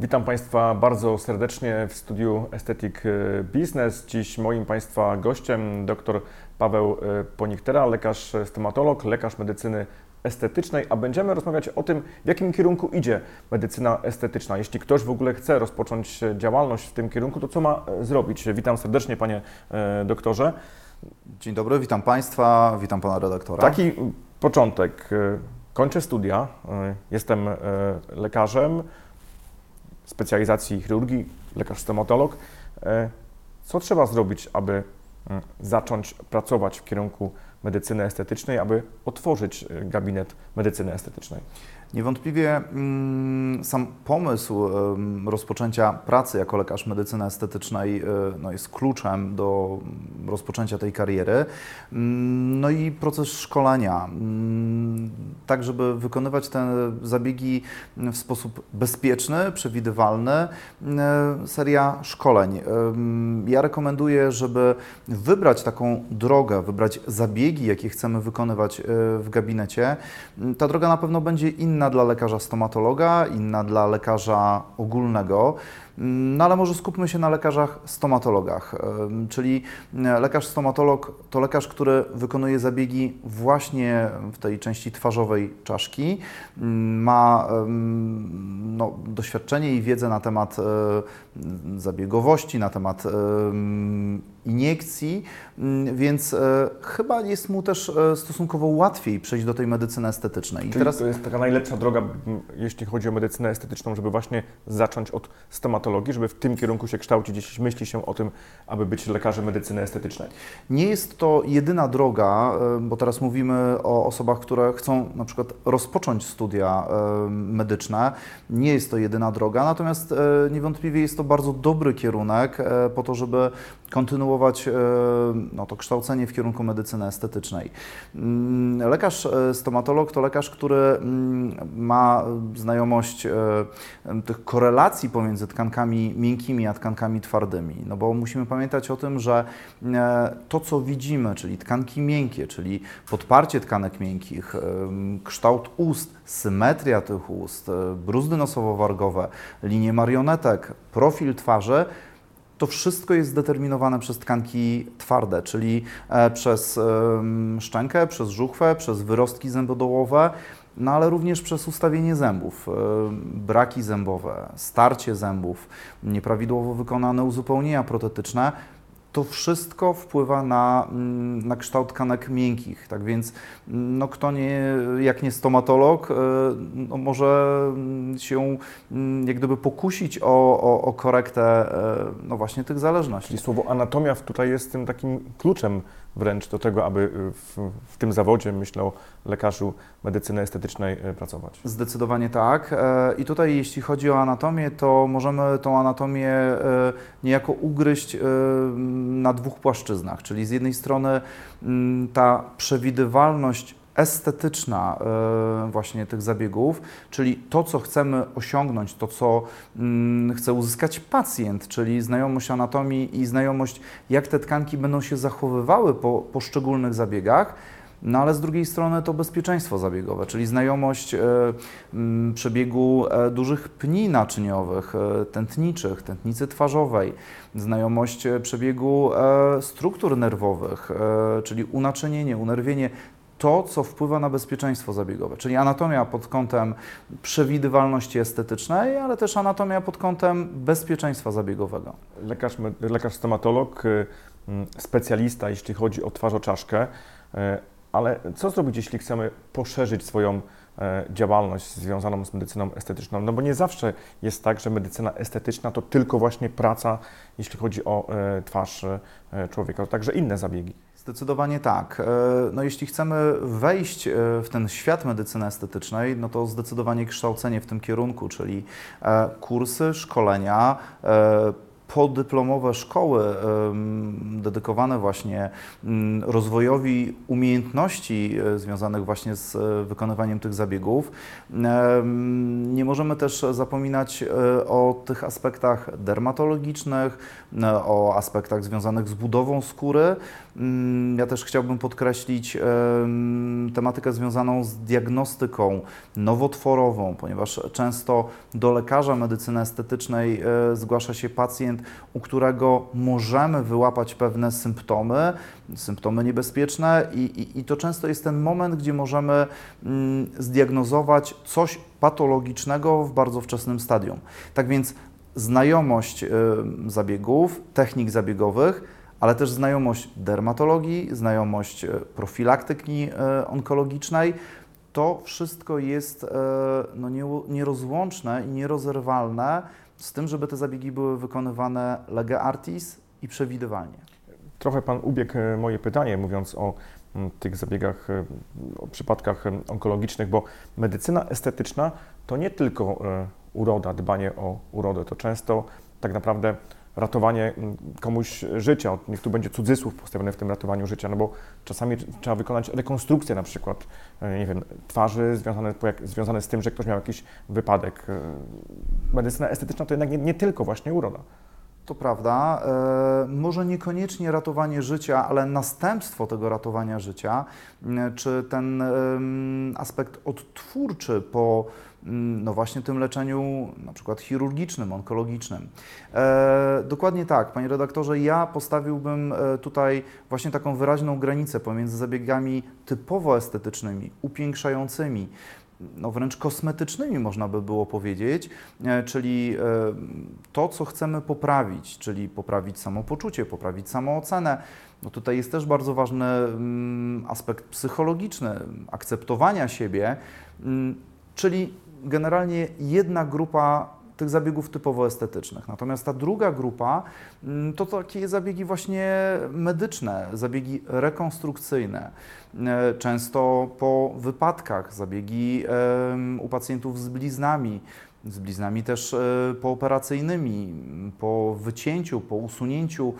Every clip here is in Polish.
Witam Państwa bardzo serdecznie w studiu Aesthetic Business. Dziś moim Państwa gościem dr Paweł Ponichtera, lekarz stomatolog, lekarz medycyny estetycznej, a będziemy rozmawiać o tym, w jakim kierunku idzie medycyna estetyczna. Jeśli ktoś w ogóle chce rozpocząć działalność w tym kierunku, to co ma zrobić? Witam serdecznie, panie doktorze. Dzień dobry, witam Państwa, witam pana redaktora. Taki początek. Kończę studia, jestem lekarzem specjalizacji chirurgii, lekarz stomatolog. Co trzeba zrobić, aby zacząć pracować w kierunku medycyny estetycznej, aby otworzyć gabinet medycyny estetycznej? Niewątpliwie sam pomysł rozpoczęcia pracy jako lekarz medycyny estetycznej jest kluczem do rozpoczęcia tej kariery. No i proces szkolenia, tak żeby wykonywać te zabiegi w sposób bezpieczny, przewidywalny, seria szkoleń. Ja rekomenduję, żeby wybrać taką drogę, wybrać zabiegi, jakie chcemy wykonywać w gabinecie. Ta droga na pewno będzie inna dla lekarza stomatologa, inna dla lekarza ogólnego, no ale może skupmy się na lekarzach stomatologach, czyli lekarz stomatolog to lekarz, który wykonuje zabiegi właśnie w tej części twarzowej czaszki, ma doświadczenie i wiedzę na temat zabiegowości, na temat iniekcji, więc chyba jest mu też stosunkowo łatwiej przejść do tej medycyny estetycznej. Czyli teraz to jest taka najlepsza droga, jeśli chodzi o medycynę estetyczną, żeby właśnie zacząć od stomatologii, żeby w tym kierunku się kształcić, jeśli myśli się o tym, aby być lekarzem medycyny estetycznej? Nie jest to jedyna droga, bo teraz mówimy o osobach, które chcą na przykład rozpocząć studia medyczne. Nie jest to jedyna droga, natomiast niewątpliwie jest to bardzo dobry kierunek po to, żeby kontynuować to kształcenie w kierunku medycyny estetycznej. Lekarz stomatolog to lekarz, który ma znajomość tych korelacji pomiędzy tkankami miękkimi a tkankami twardymi. No bo musimy pamiętać o tym, że to, co widzimy, czyli tkanki miękkie, czyli podparcie tkanek miękkich, kształt ust, symetria tych ust, bruzdy nosowo-wargowe, linie marionetek, profil twarzy, to wszystko jest zdeterminowane przez tkanki twarde, czyli przez szczękę, przez żuchwę, przez wyrostki zębodołowe, no ale również przez ustawienie zębów, braki zębowe, starcie zębów, nieprawidłowo wykonane uzupełnienia protetyczne. To wszystko wpływa na kształt tkanek miękkich, tak więc kto jak nie stomatolog, może się jak gdyby pokusić o korektę właśnie tych zależności. Czyli słowo anatomia tutaj jest tym takim kluczem wręcz do tego, aby w tym zawodzie, myślę o lekarzu medycyny estetycznej, pracować. Zdecydowanie tak. I tutaj jeśli chodzi o anatomię, to możemy tą anatomię niejako ugryźć na dwóch płaszczyznach, czyli z jednej strony ta przewidywalność estetyczna właśnie tych zabiegów, czyli to, co chcemy osiągnąć, to, co chce uzyskać pacjent, czyli znajomość anatomii i znajomość, jak te tkanki będą się zachowywały po poszczególnych zabiegach, no ale z drugiej strony to bezpieczeństwo zabiegowe, czyli znajomość przebiegu dużych pni naczyniowych, tętniczych, tętnicy twarzowej, znajomość przebiegu struktur nerwowych, czyli unaczynienie, unerwienie, to, co wpływa na bezpieczeństwo zabiegowe, czyli anatomia pod kątem przewidywalności estetycznej, ale też anatomia pod kątem bezpieczeństwa zabiegowego. Lekarz stomatolog, specjalista, jeśli chodzi o twarzoczaszkę, ale co zrobić, jeśli chcemy poszerzyć swoją działalność związaną z medycyną estetyczną? No bo nie zawsze jest tak, że medycyna estetyczna to tylko właśnie praca, jeśli chodzi o twarz człowieka, to także inne zabiegi. Zdecydowanie tak. Jeśli chcemy wejść w ten świat medycyny estetycznej, no to zdecydowanie kształcenie w tym kierunku, czyli kursy, szkolenia, podyplomowe szkoły dedykowane właśnie rozwojowi umiejętności związanych właśnie z wykonywaniem tych zabiegów. Nie możemy też zapominać o tych aspektach dermatologicznych, o aspektach związanych z budową skóry, Ja też chciałbym podkreślić tematykę związaną z diagnostyką nowotworową, ponieważ często do lekarza medycyny estetycznej zgłasza się pacjent, u którego możemy wyłapać pewne symptomy niebezpieczne i to często jest ten moment, gdzie możemy zdiagnozować coś patologicznego w bardzo wczesnym stadium. Tak więc znajomość zabiegów, technik zabiegowych, ale też znajomość dermatologii, znajomość profilaktyki onkologicznej, to wszystko jest nierozłączne i nierozerwalne z tym, żeby te zabiegi były wykonywane lege artis i przewidywalnie. Trochę Pan ubiegł moje pytanie, mówiąc o tych zabiegach, o przypadkach onkologicznych, bo medycyna estetyczna to nie tylko uroda, dbanie o urodę, to często tak naprawdę ratowanie komuś życia. Niech tu będzie cudzysłów postawiony w tym ratowaniu życia, no bo czasami trzeba wykonać rekonstrukcję na przykład, nie wiem, twarzy związane z tym, że ktoś miał jakiś wypadek. Medycyna estetyczna to jednak nie tylko właśnie uroda. To prawda, może niekoniecznie ratowanie życia, ale następstwo tego ratowania życia, czy ten aspekt odtwórczy po no właśnie tym leczeniu na przykład chirurgicznym, onkologicznym. Dokładnie tak, panie redaktorze, ja postawiłbym tutaj właśnie taką wyraźną granicę pomiędzy zabiegami typowo estetycznymi, upiększającymi, no wręcz kosmetycznymi można by było powiedzieć, czyli to, co chcemy poprawić, czyli poprawić samopoczucie, poprawić samoocenę. No tutaj jest też bardzo ważny aspekt psychologiczny, akceptowania siebie, czyli generalnie jedna grupa tych zabiegów typowo estetycznych. Natomiast ta druga grupa to takie zabiegi właśnie medyczne, zabiegi rekonstrukcyjne, często po wypadkach, zabiegi u pacjentów z bliznami też pooperacyjnymi, po wycięciu, po usunięciu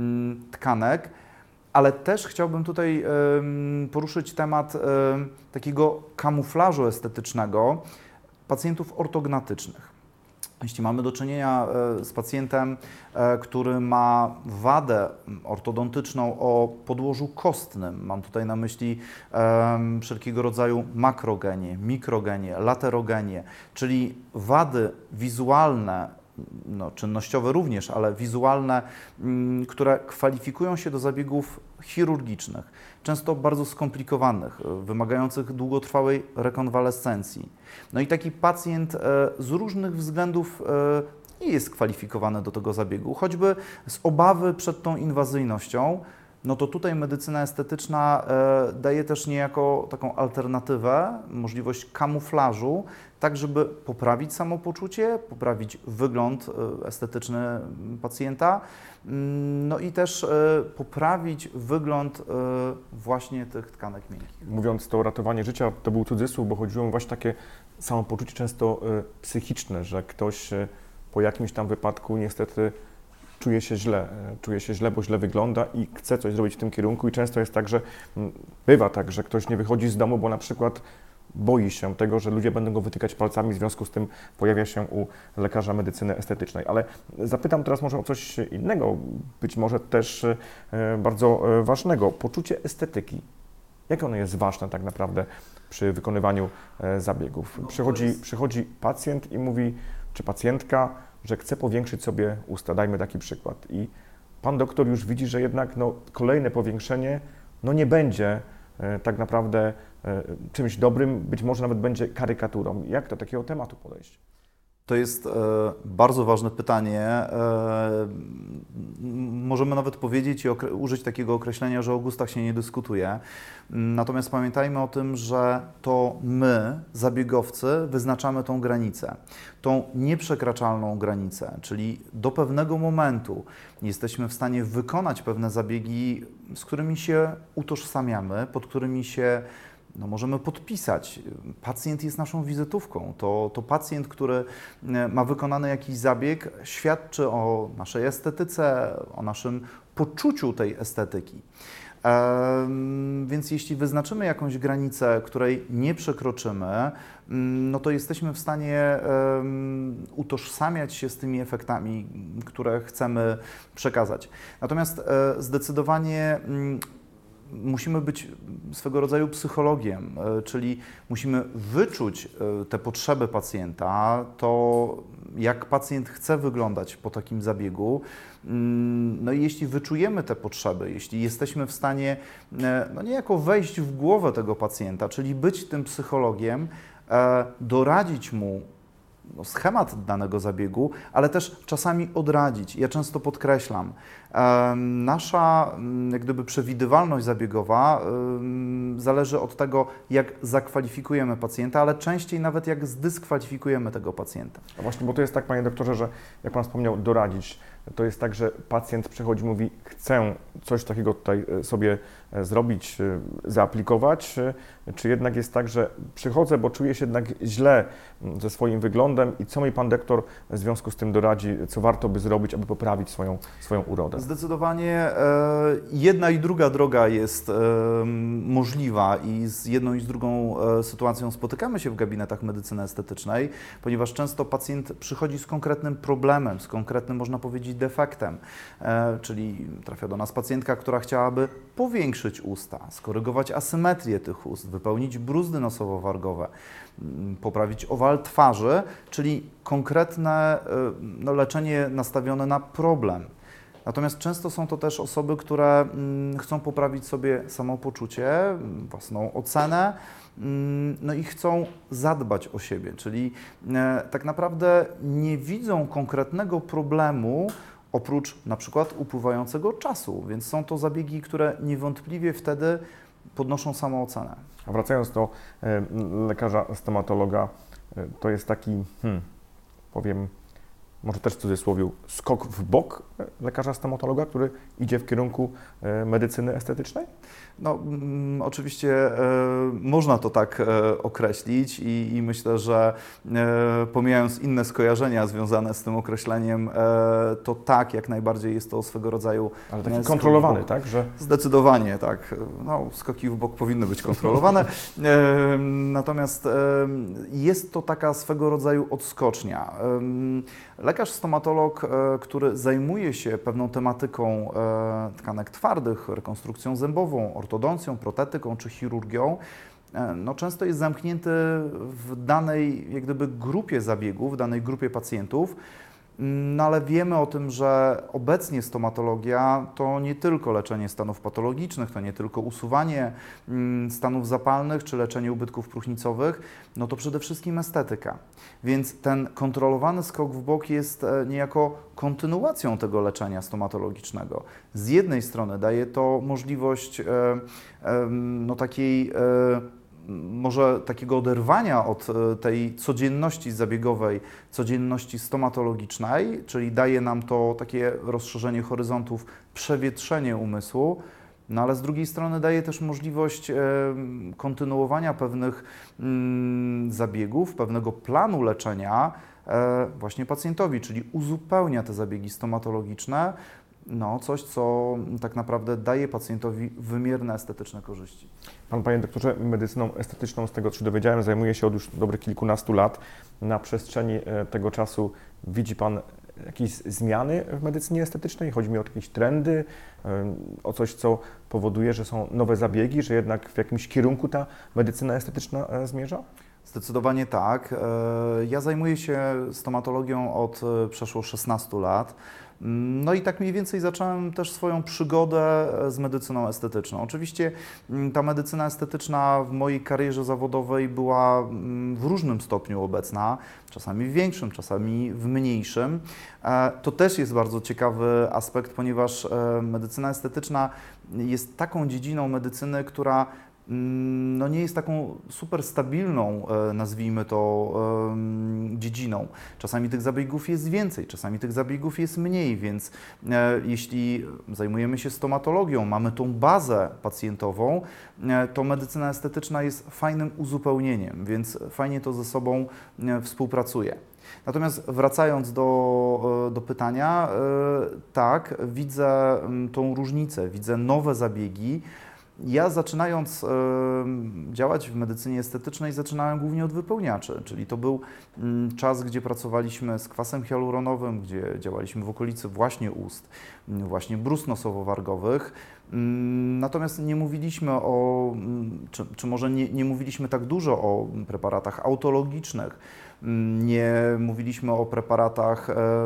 tkanek. Ale też chciałbym tutaj poruszyć temat takiego kamuflażu estetycznego pacjentów ortognatycznych. Jeśli mamy do czynienia z pacjentem, który ma wadę ortodontyczną o podłożu kostnym, mam tutaj na myśli wszelkiego rodzaju makrogenie, mikrogenie, laterogenie, czyli wady wizualne, no, czynnościowe również, ale wizualne, które kwalifikują się do zabiegów chirurgicznych, często bardzo skomplikowanych, wymagających długotrwałej rekonwalescencji. No i taki pacjent z różnych względów nie jest kwalifikowany do tego zabiegu, choćby z obawy przed tą inwazyjnością. No to tutaj medycyna estetyczna daje też niejako taką alternatywę, możliwość kamuflażu, tak żeby poprawić samopoczucie, poprawić wygląd estetyczny pacjenta, no i też poprawić wygląd właśnie tych tkanek miękkich. Mówiąc to ratowanie życia, to był cudzysłów, bo chodziło mi właśnie takie samopoczucie często psychiczne, że ktoś po jakimś tam wypadku niestety czuje się źle, bo źle wygląda i chce coś zrobić w tym kierunku i często jest tak, że bywa tak, że ktoś nie wychodzi z domu, bo na przykład boi się tego, że ludzie będą go wytykać palcami, w związku z tym pojawia się u lekarza medycyny estetycznej. Ale zapytam teraz może o coś innego, być może też bardzo ważnego. Poczucie estetyki. Jak ono jest ważne tak naprawdę przy wykonywaniu zabiegów? Przychodzi pacjent i mówi, czy pacjentka, że chce powiększyć sobie usta, dajmy taki przykład. I pan doktor już widzi, że jednak kolejne powiększenie nie będzie tak naprawdę czymś dobrym, być może nawet będzie karykaturą. Jak do takiego tematu podejść? To jest bardzo ważne pytanie. Możemy nawet powiedzieć i użyć takiego określenia, że o gustach się nie dyskutuje. Natomiast pamiętajmy o tym, że to my, zabiegowcy, wyznaczamy tą granicę, tą nieprzekraczalną granicę, czyli do pewnego momentu jesteśmy w stanie wykonać pewne zabiegi, z którymi się utożsamiamy, pod którymi się możemy podpisać. Pacjent jest naszą wizytówką. To pacjent, który ma wykonany jakiś zabieg, świadczy o naszej estetyce, o naszym poczuciu tej estetyki. Więc jeśli wyznaczymy jakąś granicę, której nie przekroczymy, no to jesteśmy w stanie utożsamiać się z tymi efektami, które chcemy przekazać. Natomiast zdecydowanie musimy być swego rodzaju psychologiem, czyli musimy wyczuć te potrzeby pacjenta, to jak pacjent chce wyglądać po takim zabiegu. No i jeśli wyczujemy te potrzeby, jeśli jesteśmy w stanie no niejako wejść w głowę tego pacjenta, czyli być tym psychologiem, doradzić mu schemat danego zabiegu, ale też czasami odradzić. Ja często podkreślam, nasza jak gdyby przewidywalność zabiegowa zależy od tego, jak zakwalifikujemy pacjenta, ale częściej nawet jak zdyskwalifikujemy tego pacjenta. A właśnie, bo to jest tak, panie doktorze, że jak pan wspomniał, doradzić. To jest tak, że pacjent przychodzi i mówi, chcę coś takiego tutaj sobie zrobić, zaaplikować, czy jednak jest tak, że przychodzę, bo czuję się jednak źle ze swoim wyglądem i co mi pan doktor w związku z tym doradzi, co warto by zrobić, aby poprawić swoją urodę? Zdecydowanie jedna i druga droga jest możliwa i z jedną i z drugą sytuacją spotykamy się w gabinetach medycyny estetycznej, ponieważ często pacjent przychodzi z konkretnym problemem, z konkretnym, można powiedzieć, defektem, czyli trafia do nas pacjentka, która chciałaby powiększyć usta, skorygować asymetrię tych ust, wypełnić bruzdy nosowo-wargowe, poprawić owal twarzy, czyli konkretne leczenie nastawione na problem. Natomiast często są to też osoby, które chcą poprawić sobie samopoczucie, własną ocenę, no i chcą zadbać o siebie, czyli tak naprawdę nie widzą konkretnego problemu oprócz na przykład upływającego czasu, więc są to zabiegi, które niewątpliwie wtedy podnoszą samoocenę. A wracając do lekarza stomatologa, to jest taki, powiem, może też w cudzysłowie, skok w bok lekarza stomatologa, który idzie w kierunku medycyny estetycznej? No, oczywiście można to tak określić i myślę, że pomijając inne skojarzenia związane z tym określeniem, to tak, jak najbardziej jest to swego rodzaju... Ale taki kontrolowany, tak? Że... Zdecydowanie tak. No, skoki w bok powinny być kontrolowane. Natomiast jest to taka swego rodzaju odskocznia. Lekarz stomatolog, który zajmuje się pewną tematyką tkanek twardych, rekonstrukcją zębową, ortodoncją, protetyką czy chirurgią, no często jest zamknięty w danej jak gdyby grupie zabiegów, w danej grupie pacjentów, no ale wiemy o tym, że obecnie stomatologia to nie tylko leczenie stanów patologicznych, to nie tylko usuwanie stanów zapalnych czy leczenie ubytków próchnicowych, no to przede wszystkim estetyka. Więc ten kontrolowany skok w bok jest niejako kontynuacją tego leczenia stomatologicznego. Z jednej strony daje to możliwość no takiej może takiego oderwania od tej codzienności zabiegowej, codzienności stomatologicznej, czyli daje nam to takie rozszerzenie horyzontów, przewietrzenie umysłu, no ale z drugiej strony daje też możliwość kontynuowania pewnych zabiegów, pewnego planu leczenia właśnie pacjentowi, czyli uzupełnia te zabiegi stomatologiczne, no, coś, co tak naprawdę daje pacjentowi wymierne estetyczne korzyści. Pan, panie doktorze, medycyną estetyczną, z tego co się dowiedziałem, zajmuje się od już dobrych kilkunastu lat. Na przestrzeni tego czasu widzi pan jakieś zmiany w medycynie estetycznej? Chodzi mi o jakieś trendy, o coś, co powoduje, że są nowe zabiegi, że jednak w jakimś kierunku ta medycyna estetyczna zmierza? Zdecydowanie tak. Ja zajmuję się stomatologią od przeszło 16 lat. No i tak mniej więcej zacząłem też swoją przygodę z medycyną estetyczną. Oczywiście ta medycyna estetyczna w mojej karierze zawodowej była w różnym stopniu obecna, czasami w większym, czasami w mniejszym. To też jest bardzo ciekawy aspekt, ponieważ medycyna estetyczna jest taką dziedziną medycyny, która no nie jest taką super stabilną, nazwijmy to, dziedziną. Czasami tych zabiegów jest więcej, czasami tych zabiegów jest mniej, więc jeśli zajmujemy się stomatologią, mamy tą bazę pacjentową, to medycyna estetyczna jest fajnym uzupełnieniem, więc fajnie to ze sobą współpracuje. Natomiast wracając do pytania, tak, widzę tą różnicę, widzę nowe zabiegi, Ja zaczynając działać w medycynie estetycznej, zaczynałem głównie od wypełniaczy, czyli to był czas, gdzie pracowaliśmy z kwasem hialuronowym, gdzie działaliśmy w okolicy właśnie ust, właśnie bruzd nosowo-wargowych. Natomiast nie mówiliśmy o, czy może nie mówiliśmy tak dużo o preparatach autologicznych, nie mówiliśmy o preparatach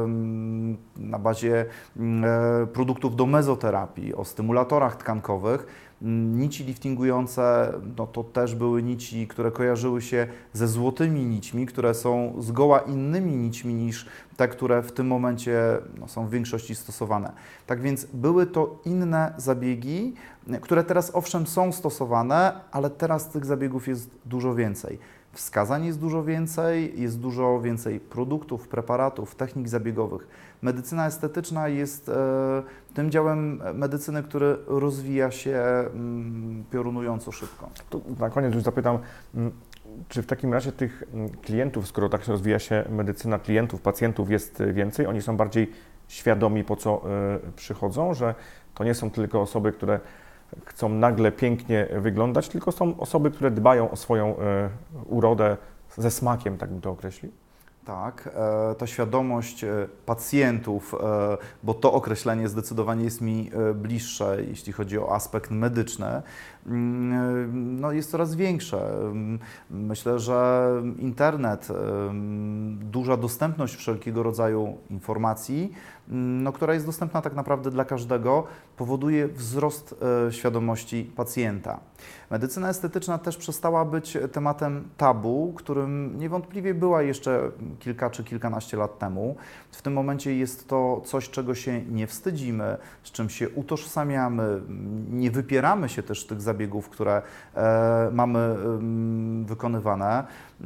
na bazie produktów do mezoterapii, o stymulatorach tkankowych. Nici liftingujące, no to też były nici, które kojarzyły się ze złotymi nićmi, które są zgoła innymi nićmi niż te, które w tym momencie są w większości stosowane. Tak więc były to inne zabiegi, które teraz owszem są stosowane, ale teraz tych zabiegów jest dużo więcej. Wskazań jest dużo więcej produktów, preparatów, technik zabiegowych. Medycyna estetyczna jest tym działem medycyny, który rozwija się piorunująco szybko. Tu na koniec już zapytam, czy w takim razie tych klientów, skoro tak się rozwija się medycyna, klientów, pacjentów jest więcej, oni są bardziej świadomi, po co przychodzą, że to nie są tylko osoby, które chcą nagle pięknie wyglądać, tylko są osoby, które dbają o swoją urodę ze smakiem, tak bym to określił? Tak, ta świadomość pacjentów, bo to określenie zdecydowanie jest mi bliższe, jeśli chodzi o aspekt medyczny, no jest coraz większe. Myślę, że internet, duża dostępność wszelkiego rodzaju informacji, no, która jest dostępna tak naprawdę dla każdego, powoduje wzrost świadomości pacjenta. Medycyna estetyczna też przestała być tematem tabu, którym niewątpliwie była jeszcze kilka czy kilkanaście lat temu. W tym momencie jest to coś, czego się nie wstydzimy, z czym się utożsamiamy, nie wypieramy się też tych zabiegów, które mamy wykonywane.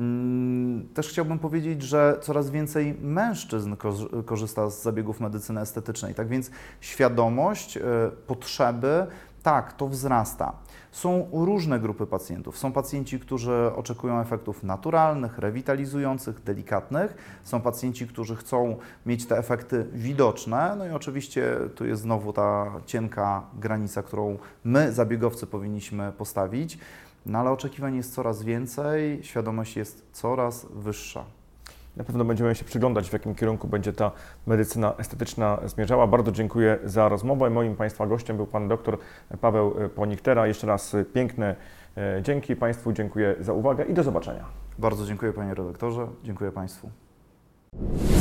Też chciałbym powiedzieć, że coraz więcej mężczyzn korzysta z zabiegów medycyny estetycznej, tak więc świadomość potrzeby, tak, to wzrasta. Są różne grupy pacjentów. Są pacjenci, którzy oczekują efektów naturalnych, rewitalizujących, delikatnych. Są pacjenci, którzy chcą mieć te efekty widoczne. No i oczywiście tu jest znowu ta cienka granica, którą my, zabiegowcy, powinniśmy postawić. No ale oczekiwań jest coraz więcej, świadomość jest coraz wyższa. Na pewno będziemy się przyglądać, w jakim kierunku będzie ta medycyna estetyczna zmierzała. Bardzo dziękuję za rozmowę. Moim Państwa gościem był Pan dr Paweł Ponichtera. Jeszcze raz piękne dzięki Państwu, dziękuję za uwagę i do zobaczenia. Bardzo dziękuję Panie redaktorze, dziękuję Państwu.